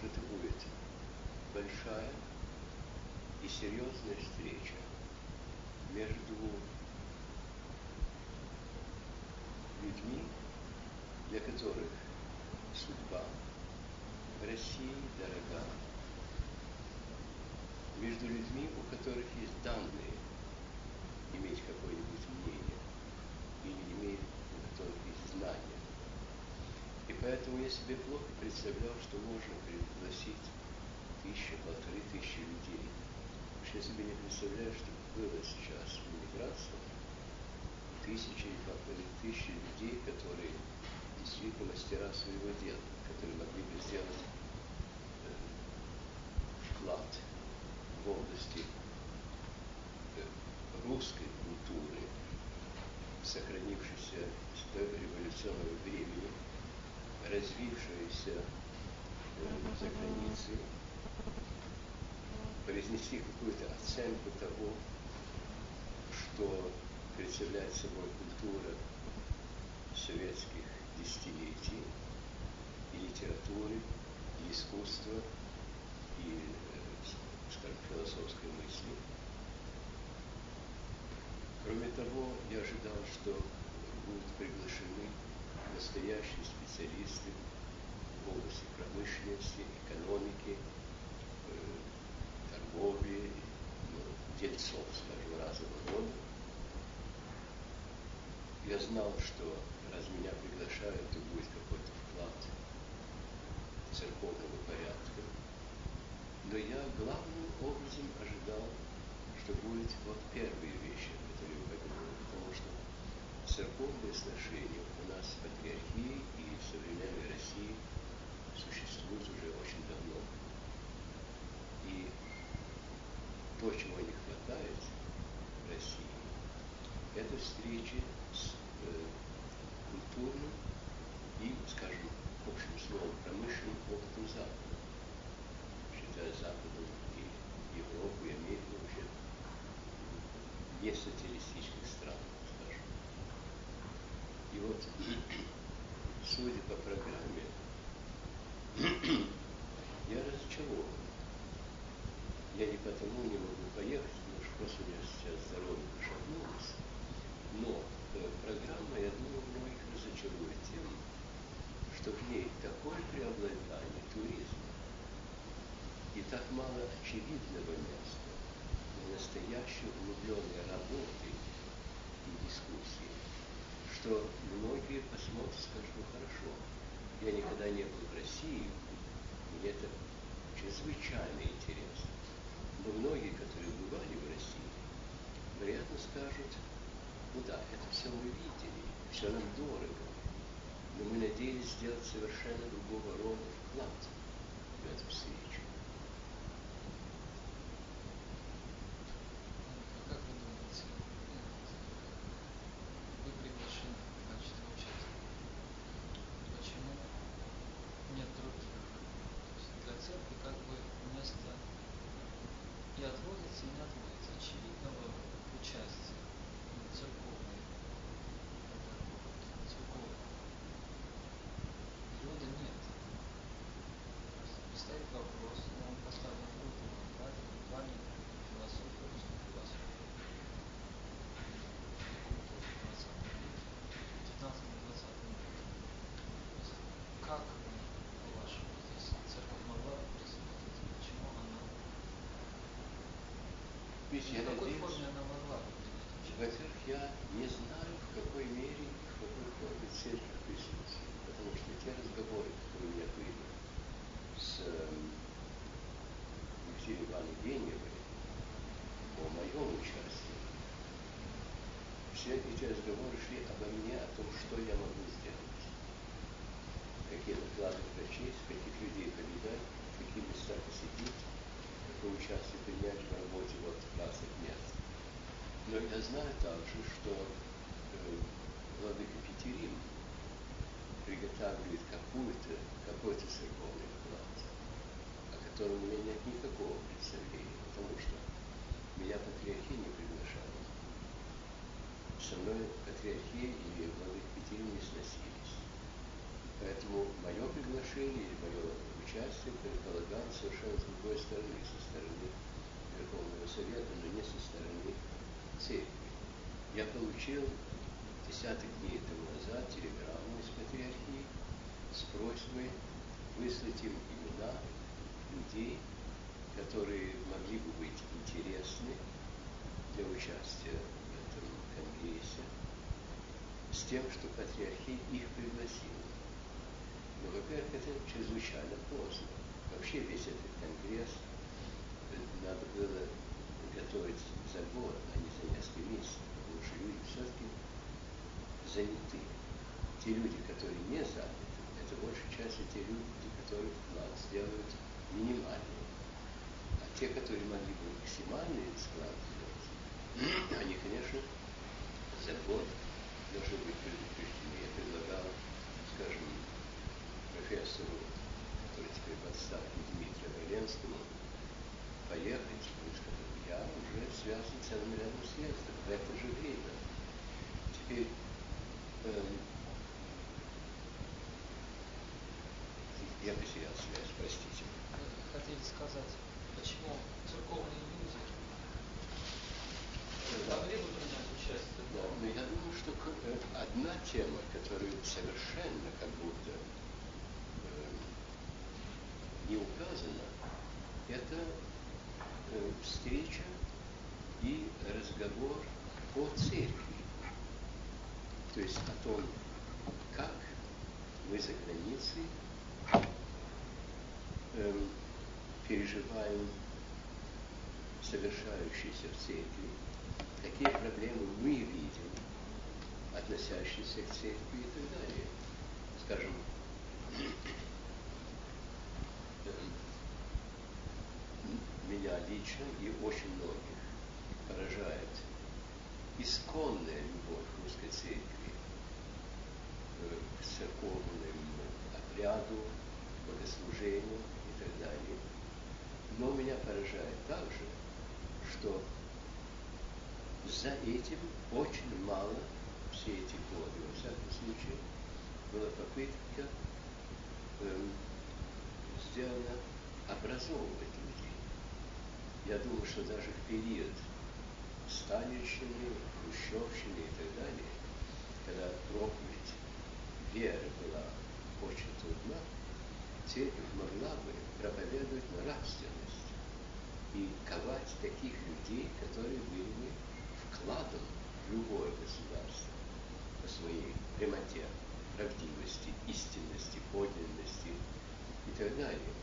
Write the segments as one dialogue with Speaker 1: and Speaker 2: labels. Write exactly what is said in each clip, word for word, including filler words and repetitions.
Speaker 1: что это будет большая и серьезная встреча между людьми, для которых судьба России дорога, между людьми, у которых есть данные иметь какое-нибудь мнение, или иметь, у которых есть знания. И поэтому я себе плохо представлял, что можно пригласить тысячу, полторы тысячи людей. Потому что я себе не представляю, что было сейчас в эмиграции тысячи или полторы тысячи людей, которые действительно мастера своего дела, которые могли бы сделать э, вклад в области э, русской культуры, сохранившейся с дореволюционного времени, развившейся э, за границей, произнести какую-то оценку того, что представляет собой культура советских десятилетий, и литературы, и искусства, и, скажем, философской мысли. Кроме того, я ожидал, что будут приглашены настоящие специалисты в области промышленности, экономики, торговли, ну, дельцов, скажем, разного рода. Я знал, что раз меня приглашают, то будет какой-то вклад церковного порядка. Но я главным образом ожидал, что будет вот первые вещи, о которых я говорил, потому что церковные сношения у нас в патриархии и в современной России существуют уже очень давно. И то, чего не хватает в России, это встречи с э, культурным и, скажем, общим словом, промышленным опытом Запада. Считая Западом и Европу, и Америку вообще не социалистических стран, скажем. И вот, судя по программе, я разочарован. Я не потому не могу поехать, потому что просто у меня сейчас здоровье пошатнулось. Но э, программа, я думаю, многих разочарует тем, что в ней такое преобладание туризма и так мало очевидного места для настоящей углубленной работы и дискуссии, что многие посмотрят и скажут: ну хорошо, я никогда не был в России, мне это чрезвычайно интересно. Но многие, которые бывали в России, вероятно скажут: ну да, это все мы видели, все нам дорого, но мы надеялись сделать совершенно другого рода вклад в эту встречу.
Speaker 2: А как вы думаете, вы приглашены в качестве участника? Почему нет других? То есть для церкви как бы место и отводится, и не отводится очевидного участия церковной, церковного периода нет. Стоит вопрос, но он поставлен культурно, правильно, памятник философии, русской философии, культуры в двадцатом веке, девятнадцатом-двадцатом веке. Как, по-вашему, здесь церковь могла бы присутствовать? Почему она
Speaker 1: Ведь
Speaker 2: в
Speaker 1: я
Speaker 2: какой
Speaker 1: надеюсь,
Speaker 2: форме она могла бы принять участие?
Speaker 1: во-первых, я не знаю, в какой мере и в какой форме церковь присутствует, потому что те разговоры, которые у меня были с Екатериной Ивановной Геньевой о моем участии, все эти разговоры шли обо мне, о том, что я могу сделать, какие доклады прочесть, каких людей повидать, в какие места посетить, какое участие принять в работе вот разных мест. Но я знаю также, что э, владыка Петерим приготавливает какую-то, какой-то церковный вклад, о котором у меня нет никакого представления, потому что меня патриархия не приглашала. Со мной патриархия и владыка Петерим не сносились. Поэтому моя мое приглашение или мое участие предполагало совершенно с другой стороны, со стороны Верховного Совета, но не со стороны церкви. Я получил десяток дней тому назад телеграмму из патриархии с просьбой выслать им имена людей, которые могли бы быть интересны для участия в этом конгрессе, с тем, что патриархия их пригласила. Но, во-первых, это чрезвычайно поздно. Вообще весь этот конгресс надо было готовить за год, а не за несколько месяцев, потому что люди все-таки заняты. Те люди, которые не заняты, это большей части те люди, которые вклад сделают минимальный. А те, которые могли бы максимальный вклад сделать, они, конечно, за год должны быть предупреждены. Я предлагал, скажем, профессору, который теперь в отставке, Дмитрию Валенскому, поехать, и сказать, я уже связан с целым рядом съездов в это же время. Теперь эм, я потерял связь, простите.
Speaker 2: Хотели сказать, почему церковные люди
Speaker 1: Да.
Speaker 2: могли бы принять участие?
Speaker 1: Да, но я думаю, что одна тема, которая совершенно как будто э, не указана, это э, встреча и разговор о церкви. То есть о том, как мы за границей э, переживаем совершающиеся в церкви, какие проблемы мы видим, относящиеся к церкви и так далее. Скажем, меня лично и очень многих поражает исконная любовь русской церкви к церковному обряду, богослужению и так далее. Но меня поражает также, что за этим очень мало все эти годы, во всяком случае, была попытка эм, сделана образовывать людей. Я думаю, что даже в период сталинщины, хрущевщины и так далее, когда проповедь веры была очень трудна, церковь могла бы проповедовать нравственность и ковать таких людей, которые были бы вкладом в любое государство по своей прямоте, правдивости, истинности, подлинности и так далее.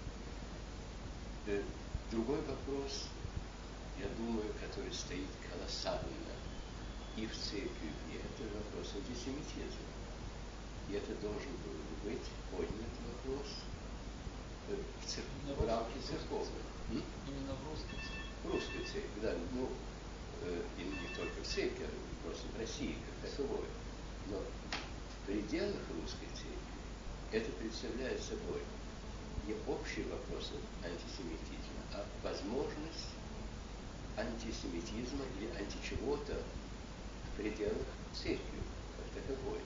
Speaker 1: Другой вопрос, я думаю, который стоит колоссально и в церкви, и это вопрос антисемитизма. И это должен был быть поднят вопрос в, церк... в рамке церковной.
Speaker 2: Именно в русской церкви.
Speaker 1: В русской церкви, да. Ну, э, и не только в церкви, а просто в России как таковой. Но в пределах русской церкви это представляет собой не общий вопрос антисемитизма, а возможность антисемитизма или античего-то в пределах церкви как таковой.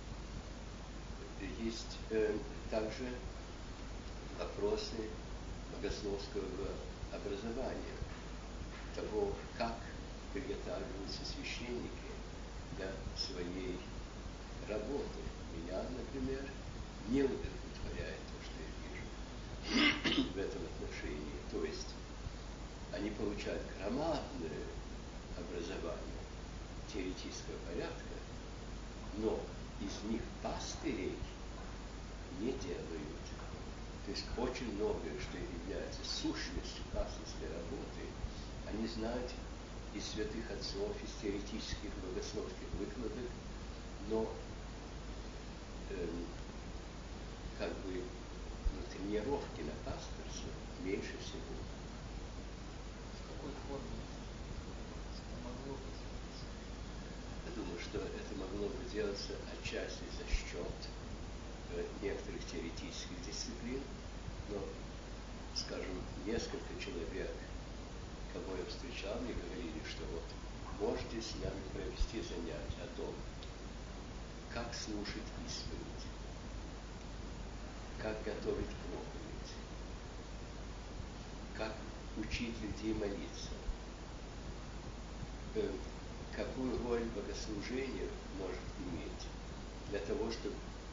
Speaker 1: Есть э, также вопросы богословского образования, того, как приготавливаются священники для своей работы. Меня, например, не удовлетворяет то, что я вижу в этом отношении. То есть они получают громадное образование теоретического порядка, но из них пастырей не делают. То есть очень многое, что является сущностью пасторской работы, они знают из святых отцов, из теоретических богословских выкладок, но эм, как бы ну, тренировки на пасторство меньше всего.
Speaker 2: В какой форме это могло бы делаться?
Speaker 1: Я думаю, что это могло бы делаться отчасти за счет э, некоторых теоретических дисциплин, но, скажем, несколько человек, кого я встречал, мне говорили, что вот можете с нами провести занятия о том, как слушать исповедь. как готовить проповедь, как учить людей молиться, э, какую роль богослужение может иметь для того, чтобы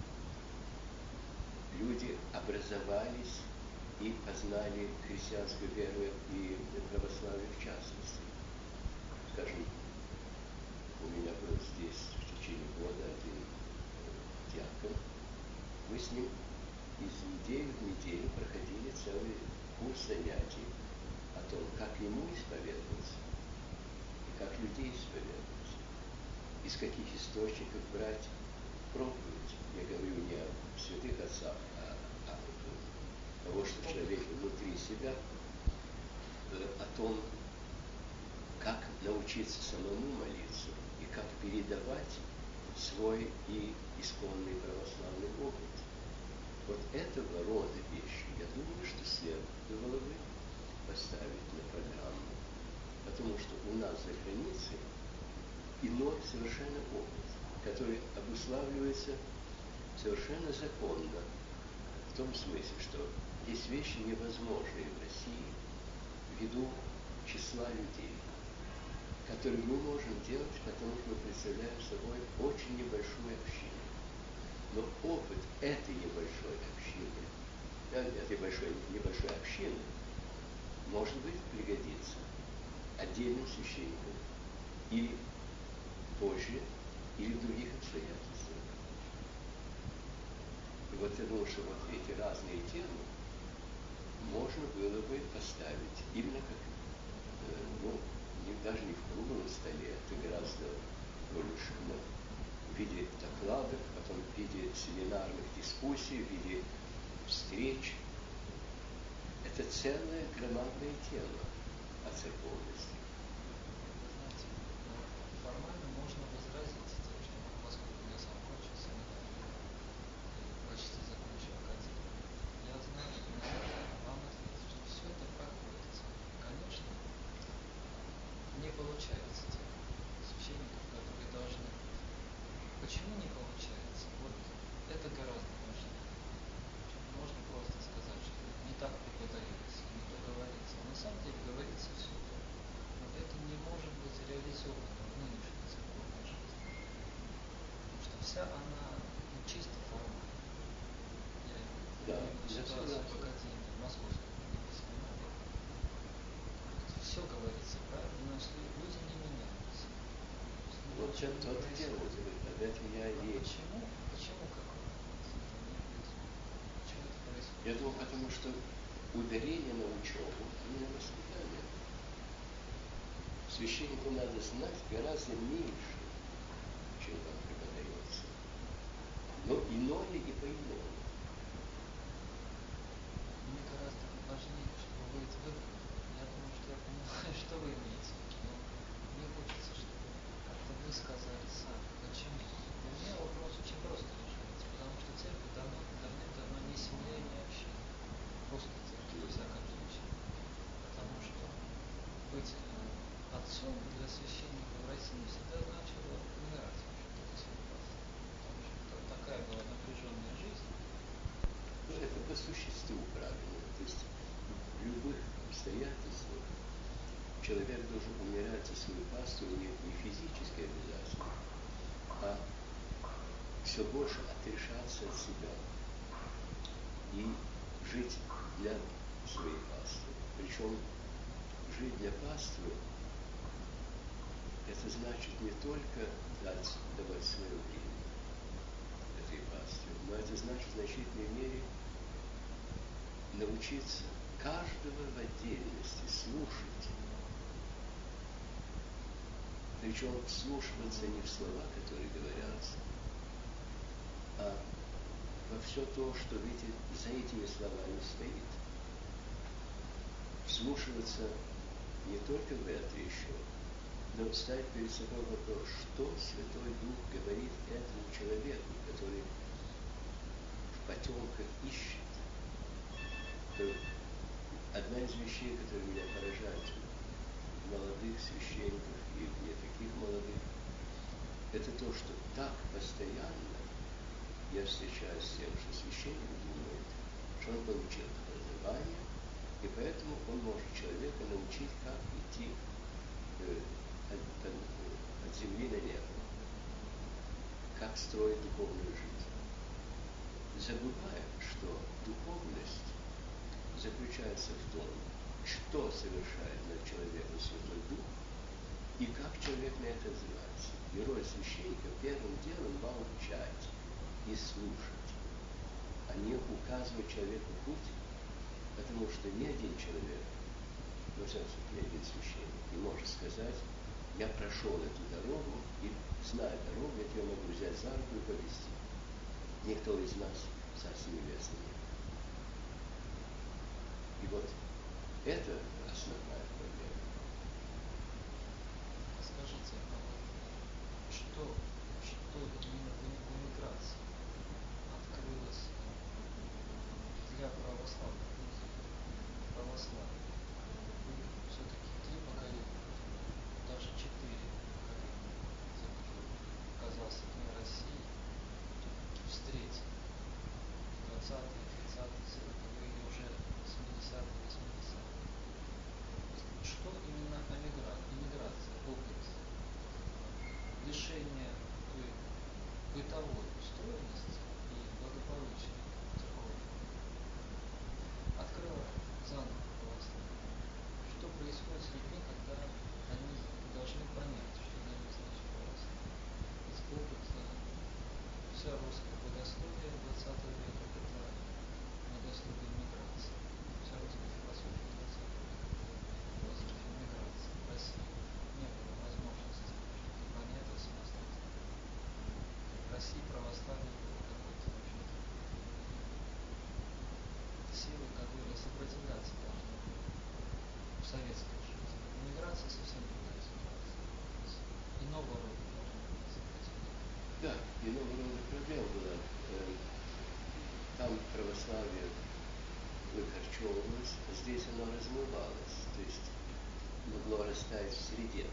Speaker 1: люди образовались и познали христианскую веру и православие в частности. Скажем, у меня был здесь в течение года один диакон. Мы с ним из недели в неделю проходили целый курс занятий о том, как ему исповедоваться и как людей исповедоваться, из каких источников брать проповедь. Я говорю не о святых отцах, а о того, что человек внутри себя, о том, как научиться самому молиться и как передавать свой и исконный православный опыт. Вот этого рода вещи, я думаю, что следовало бы поставить на программу, потому что у нас за границей иной совершенно опыт, который обуславливается совершенно законно, в том смысле, что есть вещи невозможные в России ввиду числа людей, которые мы можем делать, потому что мы представляем собой очень небольшую общину. Но опыт этой небольшой общины, этой большой, небольшой общины, может быть, пригодится отдельным священникам или позже, или в других обстоятельствах. И вот я думаю, что вот эти разные темы можно было бы поставить именно как, ну, не, даже не в круглом столе, это гораздо больше, но в виде докладов, потом в виде семинарных дискуссий, в виде встреч. Это целая громадная тема о церковности.
Speaker 2: Знаете, формально можно возразить тем, что поскольку я сам кончил семинарию и почти закончил академию, я знаю, наверное, вам ответить, что все это проходит. Конечно, не получается тех священников, которые должны. Почему не получается? Вот это гораздо важнее. Можно просто сказать, что не так преподается, не то говорится. На самом деле говорится все то. Но это не может быть реализовано в нынешней церковной жизни. Потому что вся она ну, чисто формальна. Я
Speaker 1: Да,
Speaker 2: имею ситуацию в академии, в Московской академии семинарии. Все говорится правильно, но люди не меняются.
Speaker 1: Вот это тот дело, об этом я и...
Speaker 2: Почему? Почему как это не происходит? Почему это происходит?
Speaker 1: Я думаю, потому что ударение на учебу, а не на воспитание. Священнику надо знать гораздо меньше, чем вам преподается. Но иное и по-иному.
Speaker 2: Мне гораздо важнее, чтобы вы это выдали. Я думаю, что я понимаю, что вы имеете в виду. Но мне хочется, чтобы как-то вы сказали сами, почему. Для меня вопрос очень просто решается, потому что церковь давно, давным-давно не семья и не община. Русская церковь, во всяком случае. Потому что быть э, отцом для священника в России всегда значило умирать вообще-то за свой паству. Потому что такая была напряженная жизнь.
Speaker 1: Ну, это по существу правильно. То есть в любых обстоятельствах человек должен умирать за свою паству не, не физически обязательно, а все больше отрешаться от себя и жить для своей паствы. Причем жить для паствы это значит не только дать, давать свое время этой пастве, но это значит в значительной мере научиться каждого в отдельности слушать. Причем вслушиваться не в слова, которые говорятся, а во все то, что эти, за этими словами стоит. Вслушиваться не только в это еще, но ставить перед собой вопрос, что Святой Дух говорит этому человеку, который в потемках ищет. Одна из вещей, которая меня поражает в молодых священниках и не таких молодых, это то, что так постоянно я встречаюсь с тем, что священник думает, что он получил образование, и поэтому он может человека научить, как идти э, от, от, от земли на небо, как строить духовную жизнь. Забывая, что духовность заключается в том, что совершает над человеком Святой Дух, и как человек на это отзывается. И роль священника первым делом молчать и слушать, а не указывать человеку путь, потому что ни один человек, во всяком случае, ни один священник не может сказать: я прошел эту дорогу, и, зная дорогу, я тебя могу взять за руку и повести. Никто из нас Царство Небесное нет. И вот это основная проблема.
Speaker 2: Скажите, а вот что, что именно в эмиграции открылось для православных людей, православия? Вы все-таки три поколения, даже четыре поколения, те, кто оказался вне России, встретили двадцатые, тридцатые, сороковые и уже семидесятые, восьмидесятые. Что именно эмиграция, опыт лишения той бытовой устроенности и благополучия церковного открывает заново православие? Что происходит с людьми, когда они должны понять, что для них значит православие? Ведь опыт, вся русская богословие двадцатого века – это богословие миграции. Вся русская философия двадцатого века – философия миграции. В России не было возможности понять это самостоятельно. В России православие было какой-то, в общем-то, силой, которая сопротивляться должна была в советской жизни. Миграция совсем другая ситуация. Иного рода должна была сопротивляться.
Speaker 1: Да, иного рода проблема была. Там православие выкорчевывалось, а здесь оно размывалось, то есть могло растаять в среде.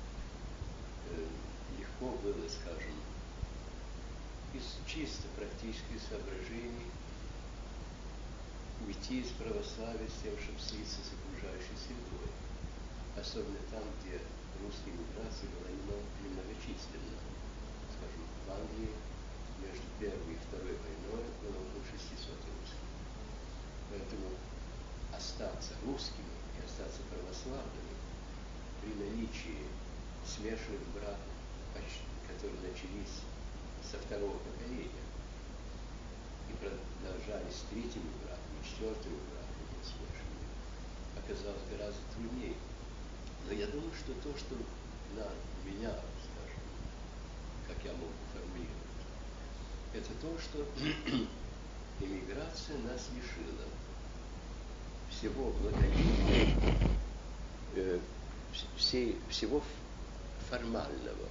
Speaker 1: Легко было, скажем, из чисто практических соображений уйти из православия с тем, чтобы слиться с окружающей средой. Особенно там, где русская миграция была немногочисленна. Скажем, в Англии между Первой и Второй войной было около шестисот русских. Поэтому остаться русскими и остаться православными при наличии смешанных браков, которые начались со второго поколения и продолжались третьими браками, четвертыми браками смешанными, оказалось гораздо труднее. Но я думаю, что то, что на меня, скажем, как я могу формулировать, это то, что эмиграция нас лишила всего благодетельного, э, всей, всего формального.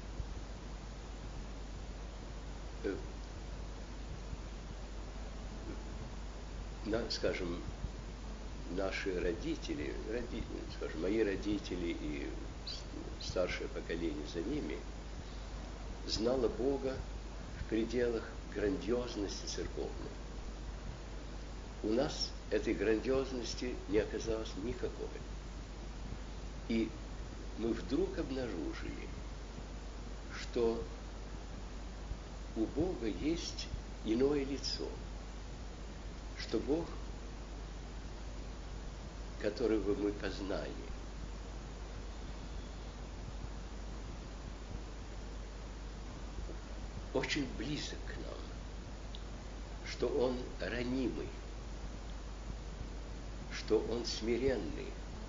Speaker 1: Э, на, скажем, наши родители, родители, скажем, мои родители и старшее поколение за ними знало Бога в пределах грандиозности церковной. У нас этой грандиозности не оказалось никакой. И мы вдруг обнаружили, что у Бога есть иное лицо, что Бог, которого мы познали, очень близок к нам, что Он ранимый, что Он смиренный,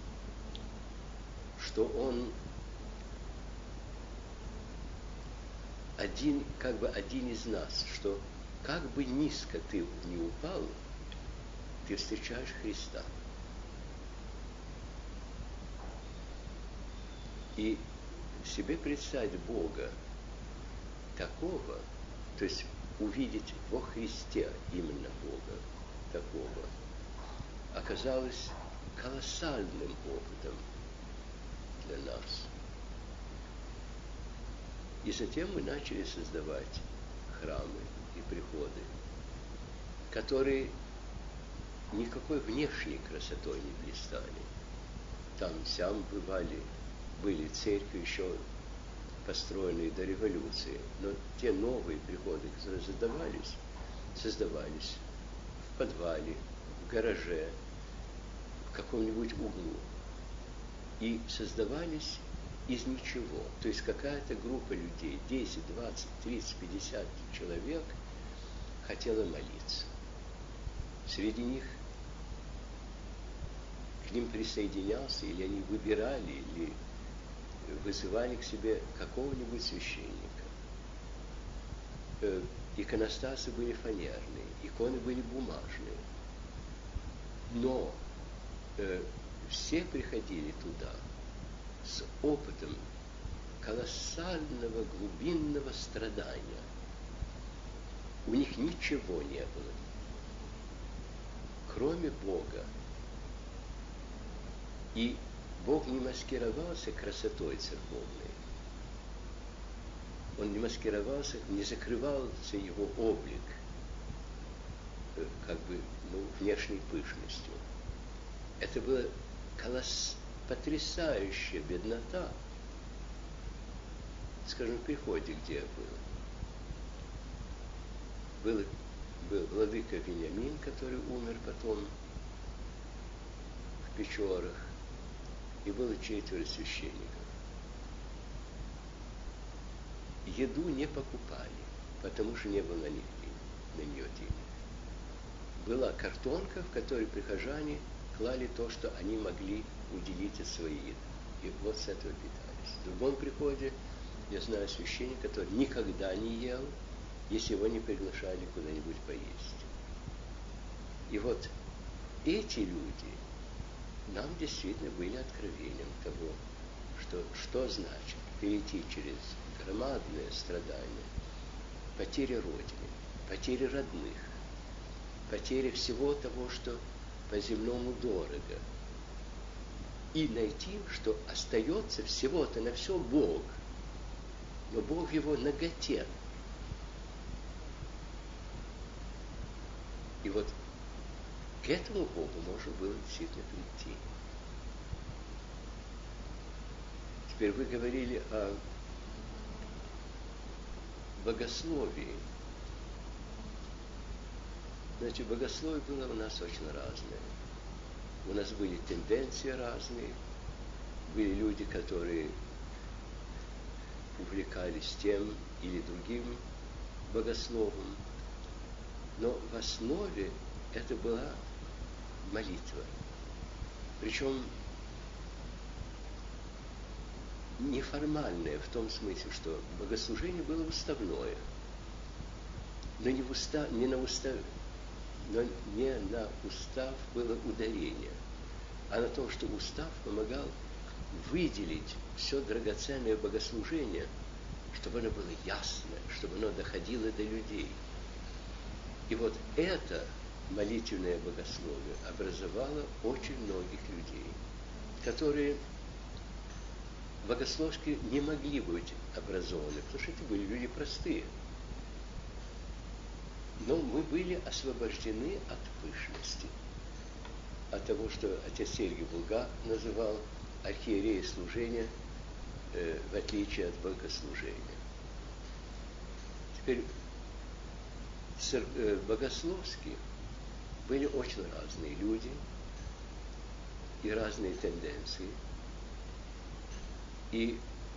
Speaker 1: что Он один, как бы один из нас, что как бы низко ты ни упал, ты встречаешь Христа. И себе представить Бога такого, то есть увидеть во Христе именно Бога такого, оказалось колоссальным опытом для нас. И затем мы начали создавать храмы и приходы, которые никакой внешней красотой не блистали. Там, сям бывали, были церкви еще построенные до революции, но те новые приходы, которые создавались, создавались в подвале, в гараже, в каком-нибудь углу. И создавались из ничего. То есть какая-то группа людей, десять, двадцать, тридцать, пятьдесят человек, хотела молиться. Среди них к ним присоединялся, или они выбирали, или вызывали к себе какого-нибудь священника. Э, иконостасы были фанерные, иконы были бумажные. Но э, все приходили туда с опытом колоссального глубинного страдания. У них ничего не было, кроме Бога. И Бог не маскировался красотой церковной. Он не маскировался, не закрывался его облик, как бы, ну, внешней пышностью. Это была колосс... потрясающая беднота. Скажем, в приходе, где я был. Был, был владыка Вениамин, который умер потом в Печорах, и было четверо священников. Еду не покупали, потому что не было на них денег, на нее денег. Была картонка, в которой прихожане клали то, что они могли уделить от своей еды. И вот с этого питались. В другом приходе я знаю священника, который никогда не ел, если его не приглашали куда-нибудь поесть. И вот эти люди нам действительно были откровением того, что, что значит перейти через громадное страдание, потеря Родины, потеря родных, потеря всего того, что по-земному дорого, и найти, что остается всего-то на все Бог, но Бог в его наготе. И вот к этому Богу можно было действительно прийти. Теперь вы говорили о богословии. Значит, богословие было у нас очень разное. У нас были тенденции разные, были люди, которые увлекались тем или другим богословом, но в основе это была молитва. Причем неформальное в том смысле, что богослужение было уставное, но не, в уста, не, на, устав, но не на устав было ударение, а на том, что устав помогал выделить все драгоценное богослужение, чтобы оно было ясное, чтобы оно доходило до людей. И вот это молитвенное богословие образовало очень многих людей, которые богословски не могли быть образованы, потому что это были люди простые. Но мы были освобождены от пышности, от того, что отец Сергий Булгак называл архиерея служения, э, в отличие от богослужения. Теперь цер- э, богословски были очень разные люди и разные тенденции. И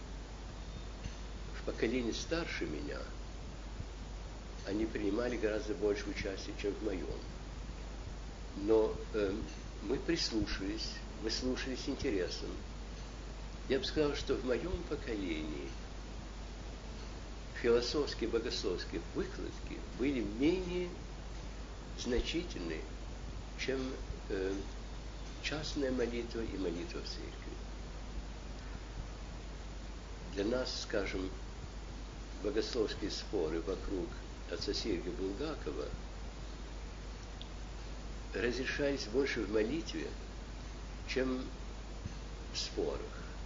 Speaker 1: в поколении старше меня они принимали гораздо больше участия, чем в моем. Но э, мы прислушались, мы слушали с интересом. Я бы сказал, что в моем поколении философские, богословские выкладки были менее значительны, чем э, частная молитва и молитва в церкви. Для нас, скажем, богословские споры вокруг отца Сергия Булгакова разрешались больше в молитве, чем в спорах.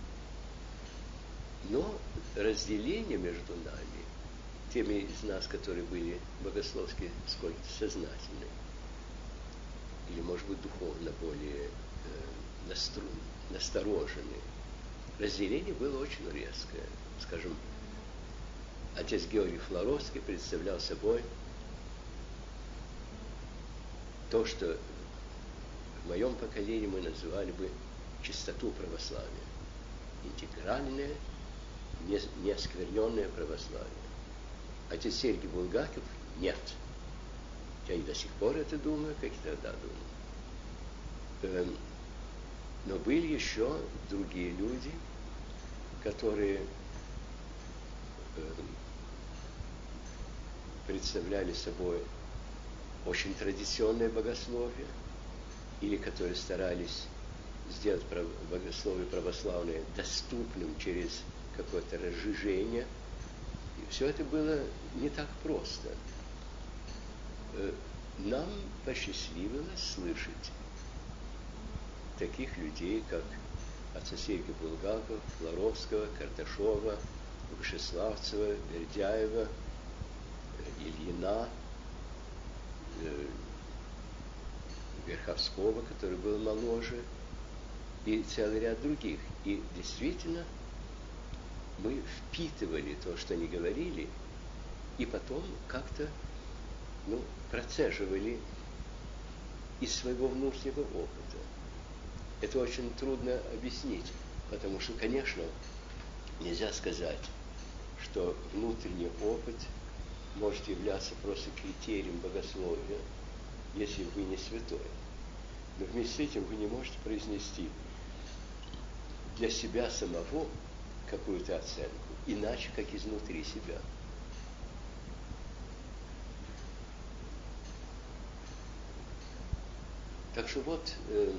Speaker 1: Но разделение между нами, теми из нас, которые были богословски сколько-то сознательны, или, может быть, духовно более э, настру... насторожены. Разделение было очень резкое. Скажем, отец Георгий Флоровский представлял собой то, что в моем поколении мы называли бы чистоту православия. Интегральное, неоскверненное православие. Отец Сергий Булгаков – нет. Я и до сих пор это думаю, как и тогда думаю. Но были еще другие люди, которые представляли собой очень традиционное богословие, или которые старались сделать богословие православное доступным через какое-то разжижение. И все это было не так просто. Нам посчастливилось слышать таких людей, как отца Сергия Булгакова, Флоровского, Карташова, Вышеславцева, Бердяева, Ильина, Верховского, который был моложе, и целый ряд других. И действительно мы впитывали то, что они говорили, и потом как-то ну, процеживали из своего внутреннего опыта. Это очень трудно объяснить, потому что, конечно, нельзя сказать, что внутренний опыт может являться просто критерием богословия, если вы не святой. Но вместе с этим вы не можете произнести для себя самого какую-то оценку, иначе, как изнутри себя. Так что вот, э,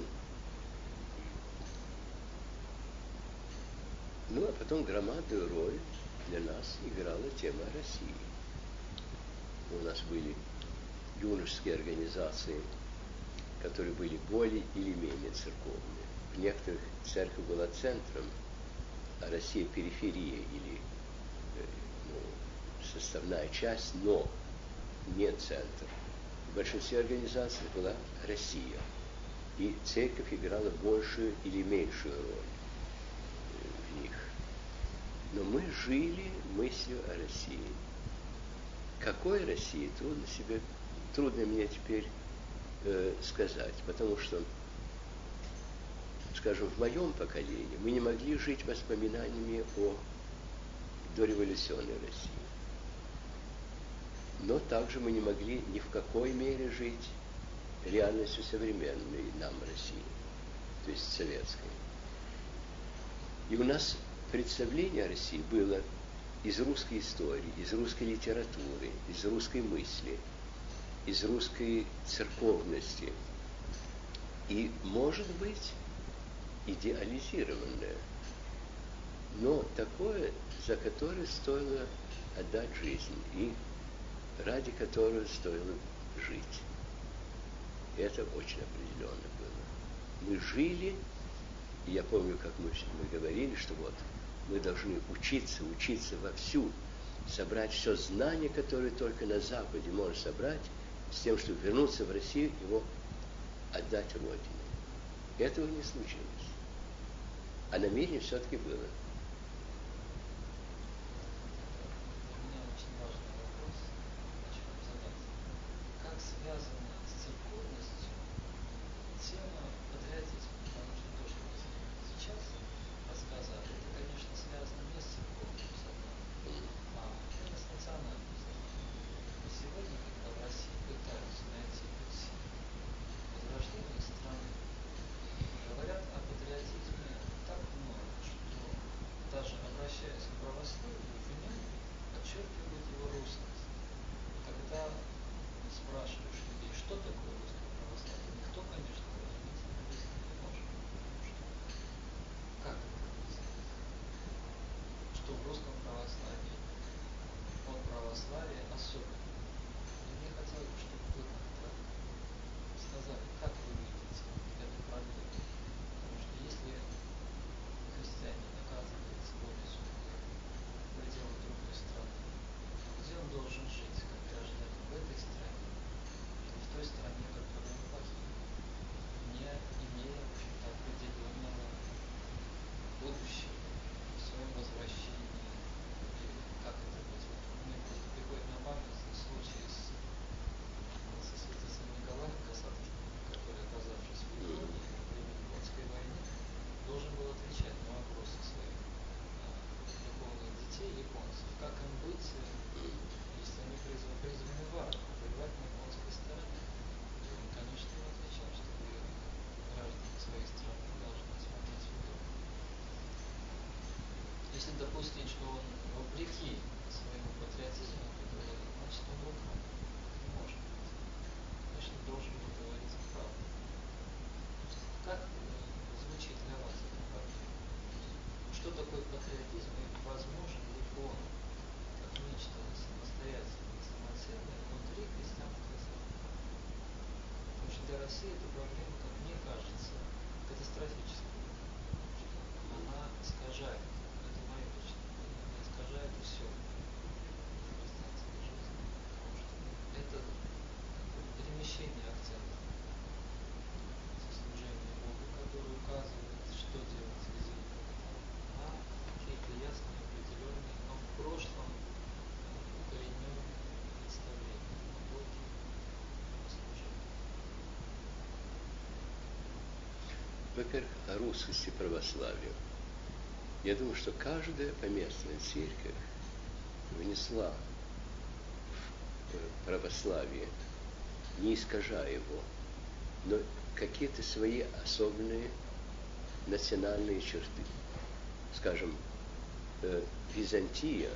Speaker 1: ну а потом громадную роль для нас играла тема России. У нас были юношеские организации, которые были более или менее церковные. В некоторых церковь была центром, а Россия периферия или э, ну, составная часть, но не центр. В большинстве организаций была Россия, и церковь играла большую или меньшую роль в них. Но мы жили мыслью о России. Какой России, трудно себе, трудно мне теперь э, сказать, потому что, скажем, в моем поколении мы не могли жить воспоминаниями о дореволюционной России. Но также мы не могли ни в какой мере жить реальностью современной нам России, то есть советской. И у нас представление о России было из русской истории, из русской литературы, из русской мысли, из русской церковности. И, может быть, идеализированное, но такое, за которое стоило отдать жизнь и ради которого стоило жить. И это очень определенно было. Мы жили, и я помню, как мы, мы говорили, что вот мы должны учиться, учиться вовсю, собрать все знание, которое только на Западе можно собрать, с тем, чтобы вернуться в Россию, его отдать Родине. Этого не случилось. А намерение все-таки было.
Speaker 2: Связано с церковностью тема патриотизма, потому что то, что вы сейчас рассказали, это, конечно, связано не с церковным сознанием, а это с национальным сознанием. Сегодня, когда в России пытаются найти путь возрождения страны, говорят о патриотизме так много, что допустить, что он вопреки своему патриотизму говорит, значит он лукав. Не может быть. Конечно, должен был говорить правду. Как э, звучит для вас это правда? Что такое патриотизм и возможен ли он как нечто самостоятельное, самоценное внутри христианского сознания? Потому что для России эта проблема, как мне кажется, катастрофическая. Она искажает, это мое личное мнение, она искажает все в христианской жизни. Потому что это такое перемещение акцента со служения Богу, который указывает, что делать с языком, на какие-то ясные, определенные, но в прошлом укорененные представления о Боге и служении.
Speaker 1: Во-первых, о русскости православия. Я думаю, что каждая поместная церковь внесла в православие, не искажая его, но какие-то свои особенные национальные черты. Скажем, Византия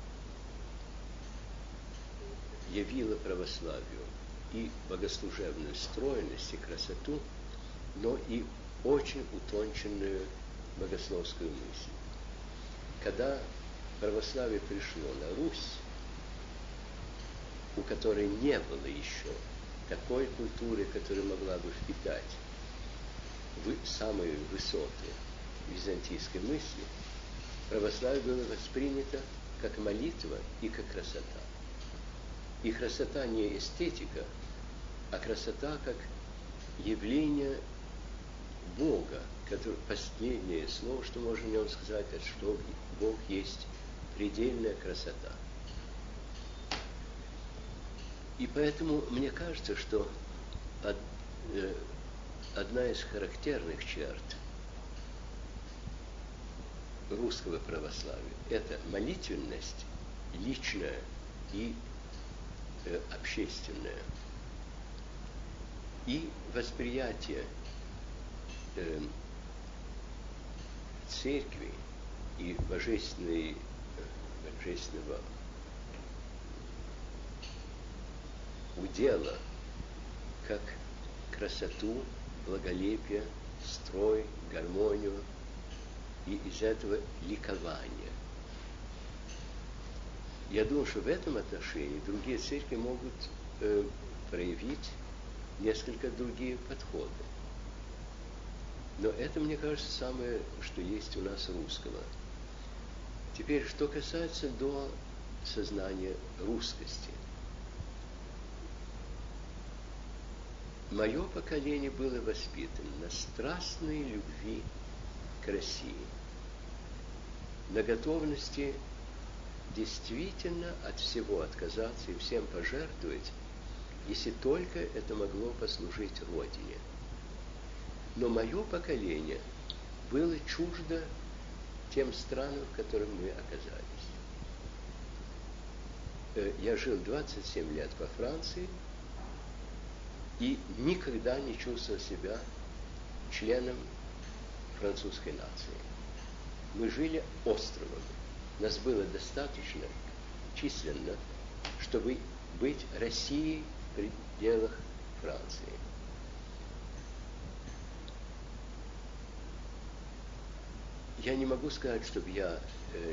Speaker 1: явила православию и богослужебную стройность и красоту, но и очень утонченную богословскую мысль. Когда православие пришло на Русь, у которой не было еще такой культуры, которая могла бы впитать в самые высоты византийской мысли, православие было воспринято как молитва и как красота. И красота не эстетика, а красота как явление Бога, который, последнее слово, что можно о нем сказать, это что Бог есть предельная красота. И поэтому мне кажется, что од, э, одна из характерных черт русского православия – это молитвенность личная и э, общественная, и восприятие э, церкви и божественной, божественного удела как красоту, благолепие, строй, гармонию, и из этого ликование. Я думаю, что в этом отношении другие церкви могут э, проявить несколько другие подходы. Но это, мне кажется, самое, что есть у нас русского. Теперь, что касается до сознания русскости. Мое поколение было воспитано на страстной любви к России, на готовности действительно от всего отказаться и всем пожертвовать, если только это могло послужить Родине. Но мое поколение было чуждо тем странам, в которых мы оказались. Я жил двадцать семь лет во Франции и никогда не чувствовал себя членом французской нации. Мы жили островом. Нас было достаточно численно, чтобы быть Россией в пределах Франции. Я не могу сказать, чтобы я э,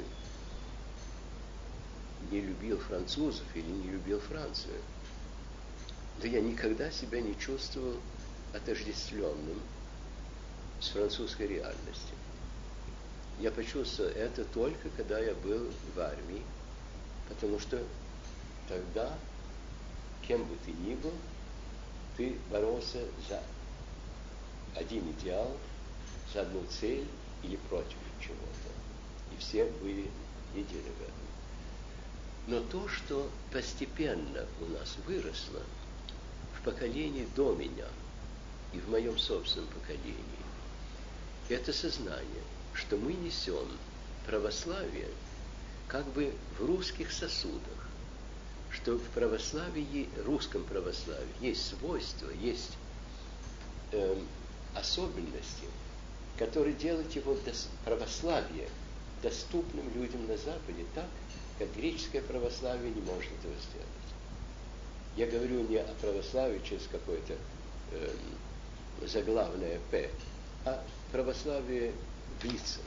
Speaker 1: не любил французов или не любил Францию. Но я никогда себя не чувствовал отождествленным с французской реальностью. Я почувствовал это только, когда я был в армии, потому что тогда, кем бы ты ни был, ты боролся за один идеал, за одну цель или против чего-то. И все были едины в этом. Но то, что постепенно у нас выросло в поколении до меня и в моем собственном поколении, это сознание, что мы несем православие как бы в русских сосудах, что в православии, русском православии есть свойства, есть э, особенности, которые делают его дос, православие доступным людям на Западе так, как греческое православие не может этого сделать. Я говорю не о православии через какое-то э, заглавное «П», а православие в лицах.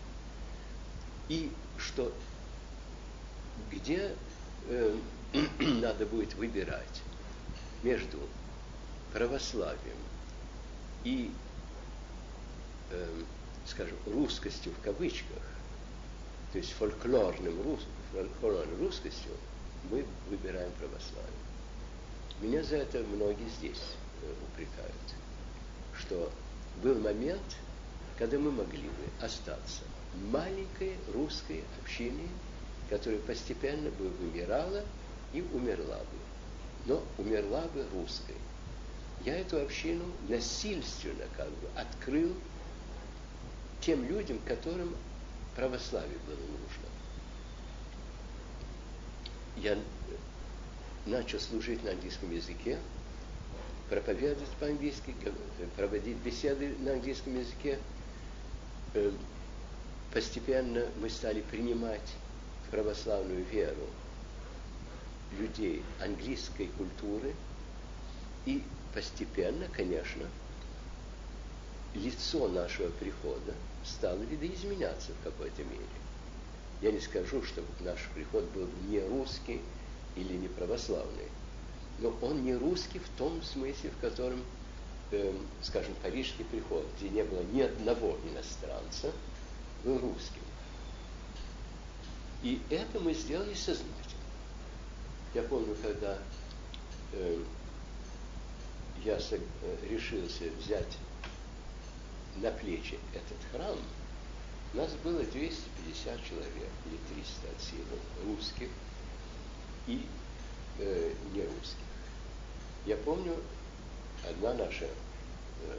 Speaker 1: И что где э, надо будет выбирать между православием и, э, скажем, русскостью в кавычках, то есть фольклорным рус, фольклорной русскостью, мы выбираем православие. Меня за это многие здесь э, упрекают, что был момент, когда мы могли бы остаться маленькой русской общиной, которая постепенно бы вымирала и умерла бы, но умерла бы русской. Я эту общину насильственно как бы открыл тем людям, которым православие было нужно. Я начал служить на английском языке, проповедовать по-английски, проводить беседы на английском языке. Постепенно мы стали принимать в православную веру людей английской культуры, и постепенно, конечно, лицо нашего прихода стало видоизменяться в какой-то мере. Я не скажу, что наш приход был не русский или не православный, но он не русский в том смысле, в котором, э, скажем, парижский приход, где не было ни одного иностранца, был русским. И это мы сделали сознательно. Я помню, когда э, я со, э, решился взять на плечи этот храм, у нас было двести пятьдесят человек, или триста от силы, русских и э, нерусских. Я помню, одна наша, э,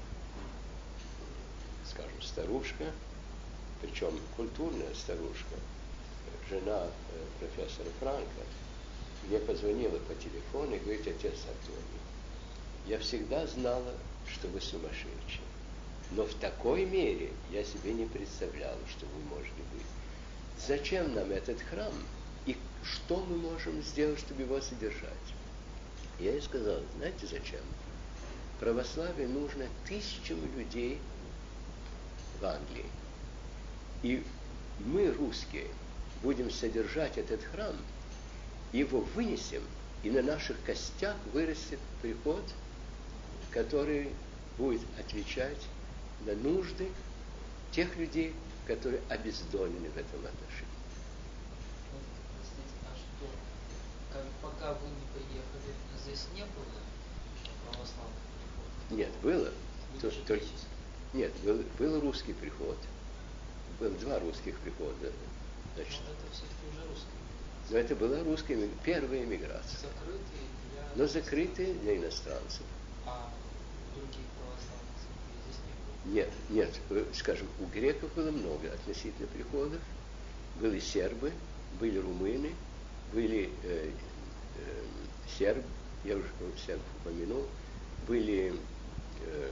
Speaker 1: скажем, старушка, причем культурная старушка, жена э, профессора Франка, мне позвонила по телефону и говорит: отец Антоний, я всегда знала, что вы сумасшедший, но в такой мере я себе не представляла, что вы можете быть. Зачем нам этот храм и что мы можем сделать, чтобы его содержать? Я ей сказал: знаете зачем? Православие нужно тысячам людей в Англии. И мы, русские, будем содержать этот храм, его вынесем, и на наших костях вырастет приход, который будет отвечать на нужды тех людей, которые обездолены в этом отношении.
Speaker 2: Простите, а что, как, пока вы не приехали, здесь не было православных приходов?
Speaker 1: Нет, было. То, что, нет, был, был русский приход. Было два русских прихода. Значит,
Speaker 2: но это все-таки уже русская миграция.
Speaker 1: Но это была русская, первая миграция.
Speaker 2: Закрытые для...
Speaker 1: Но закрытые для иностранцев.
Speaker 2: А других православных церквей здесь не было?
Speaker 1: Нет, нет, скажем, у греков было много относительно приходов. Были сербы, были румыны, были э, э, серб, я уже серб упомянул, были э,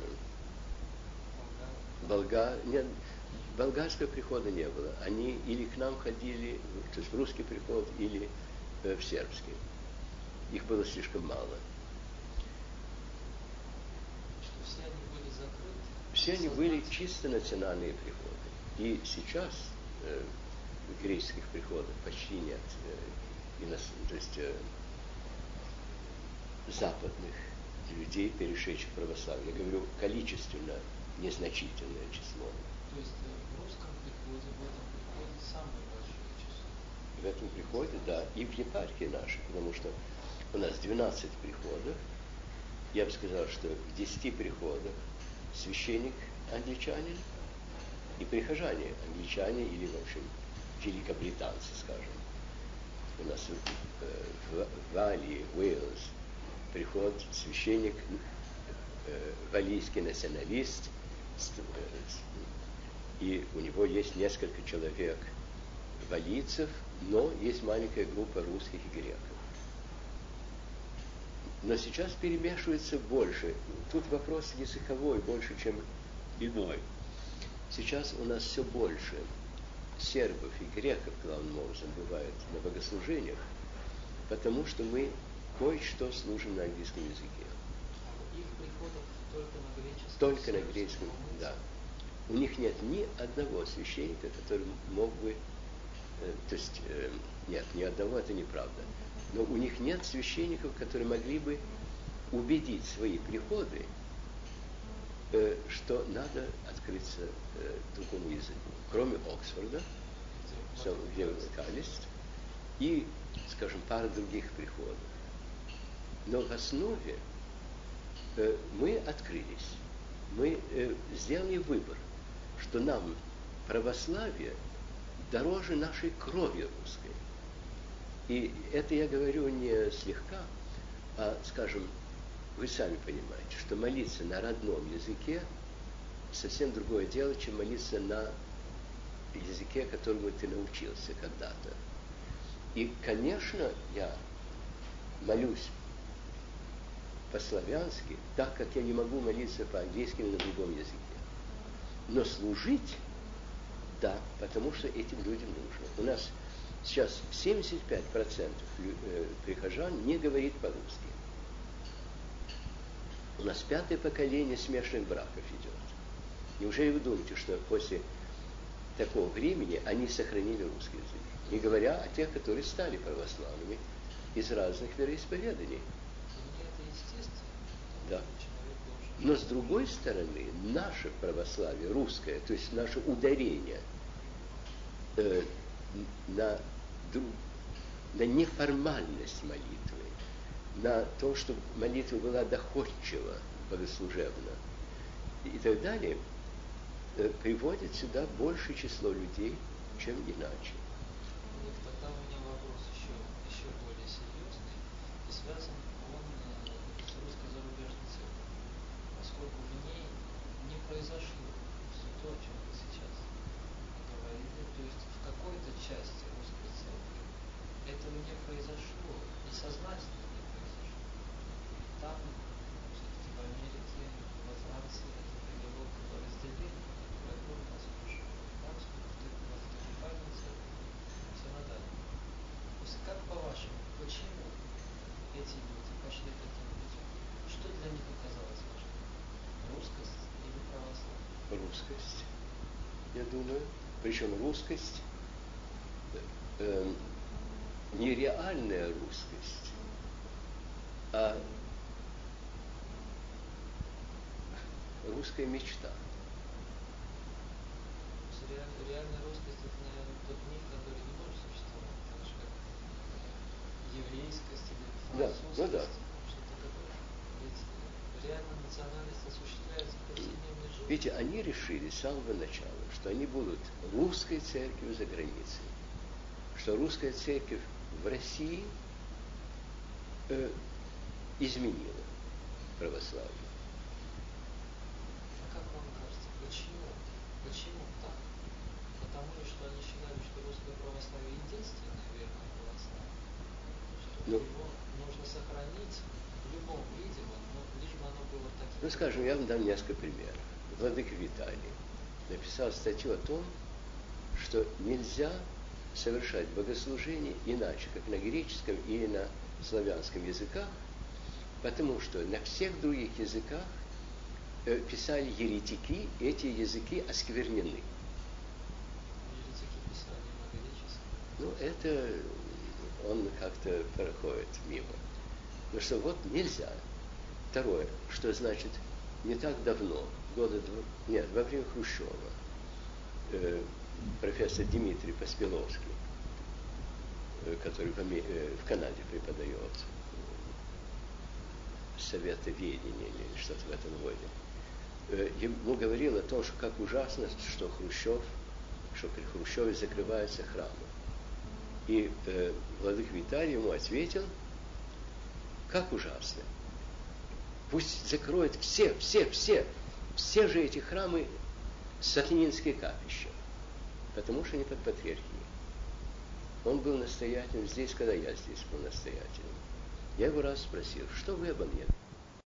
Speaker 1: болгар, нет, болгарского прихода не было. Они или к нам ходили, то есть в русский приход, или э, в сербский. Их было слишком мало.
Speaker 2: Что все они были закрыты?
Speaker 1: Все они были чисто национальные приходы. И сейчас э, в греческих приходах почти нет э, инос... то есть, э, западных людей, перешедших в православие. Я говорю количественно незначительное число.
Speaker 2: То есть в русском приходе, в этом приходе самое большое число?
Speaker 1: В этом приходе, да, и в епархии нашей, потому что у нас двенадцать приходов. Я бы сказал, что в десяти приходах священник англичанин и прихожане англичане или, в общем, великобританцы, скажем. У нас э, в Валии, Уэльс, приход священник, э, валийский националист, и у него есть несколько человек валийцев, но есть маленькая группа русских и греков. Но сейчас перемешивается больше. Тут вопрос языковой больше, чем иной. Сейчас у нас все больше сербов и греков, главным образом, бывает на богослужениях, потому что мы кое-что служим на английском языке.
Speaker 2: Их приходов только на греческом.
Speaker 1: Только на греческом, да. У них нет ни одного священника, который мог бы, э, то есть, э, нет, ни одного, это неправда, но у них нет священников, которые могли бы убедить свои приходы, э, что надо открыться э, другому языку, кроме Оксфорда, где Калист, и, скажем, пара других приходов. Но в основе э, мы открылись, мы э, сделали выбор, что нам православие дороже нашей крови русской. И это я говорю не слегка, а, скажем, вы сами понимаете, что молиться на родном языке совсем другое дело, чем молиться на языке, которому ты научился когда-то. И, конечно, я молюсь по-славянски, так как я не могу молиться по-английски или на другом языке. Но служить, да, потому что этим людям нужно. У нас сейчас семьдесят пять процентов прихожан не говорит по-русски. У нас пятое поколение смешанных браков идет. Неужели вы думаете, что после такого времени они сохранили русский язык? Не говоря о тех, которые стали православными из разных вероисповеданий.
Speaker 2: Это естественно.
Speaker 1: Да. Но с другой стороны, наше православие, русское, то есть наше ударение э, на, на неформальность молитвы, на то, чтобы молитва была доходчива, богослужебна и так далее, э, приводит сюда большее число людей, чем иначе.
Speaker 2: Нет, тогда у меня вопрос еще, еще более серьезный, и связан он с русской зарубежной церковью, поскольку в ней не произошло все то, о чем вы сейчас говорили, то есть в какой-то части русской церкви этого не произошло, и сознательно не произошло. Там, все-таки в Америке, во Франции это привело к разделению, которое было нас слушало в христианскую, в автокефальную церковь, все надо. То есть как по-вашему, почему эти люди пошли таким путем? Что для них оказалось важнее? Русскость или православие?
Speaker 1: Русскость, я думаю. Причем русскость, э, не реальная русскость, а русская мечта.
Speaker 2: Реаль, реальная русскость это, наверное, тот миф, который не может существовать, так же как еврейскость или французскость,
Speaker 1: да, ну да.
Speaker 2: что-то такое. Ведь реальная национальность осуществляется в повседневной жизни.
Speaker 1: Видите, они решили с самого начала, что они будут русской церковью за границей, что русская церковь в России э, изменила православие.
Speaker 2: А как вам кажется, почему? Почему так? Потому ли, что они считали, что русское православие единственное верное православие, что
Speaker 1: ну,
Speaker 2: его нужно сохранить в любом виде, но лишь бы оно было таким.
Speaker 1: Ну, скажем, я вам дам несколько примеров. Владыка Виталий написал статью о том, что нельзя совершать богослужение иначе, как на греческом или на славянском языках, потому что на всех других языках э, писали еретики, и эти языки осквернены.
Speaker 2: Еретики писали на греческом.
Speaker 1: Ну, это он как-то проходит мимо. Ну что, вот нельзя. Второе, что значит, не так давно, года два, нет, во время Хрущева, э, профессор Дмитрий Поспеловский, э, который в, э, в Канаде преподает э, советоведение или что-то в этом роде, э, ему говорил о том, что как ужасно, что Хрущев, что при Хрущеве закрываются храмы. И э, владыка Виталий ему ответил, как ужасно. Пусть закроют все, все, все, все же эти храмы сатанинские капища, потому что они под патриархией. Он был настоятелем здесь, когда я здесь был настоятелем. Я его раз спросил, что вы обо мне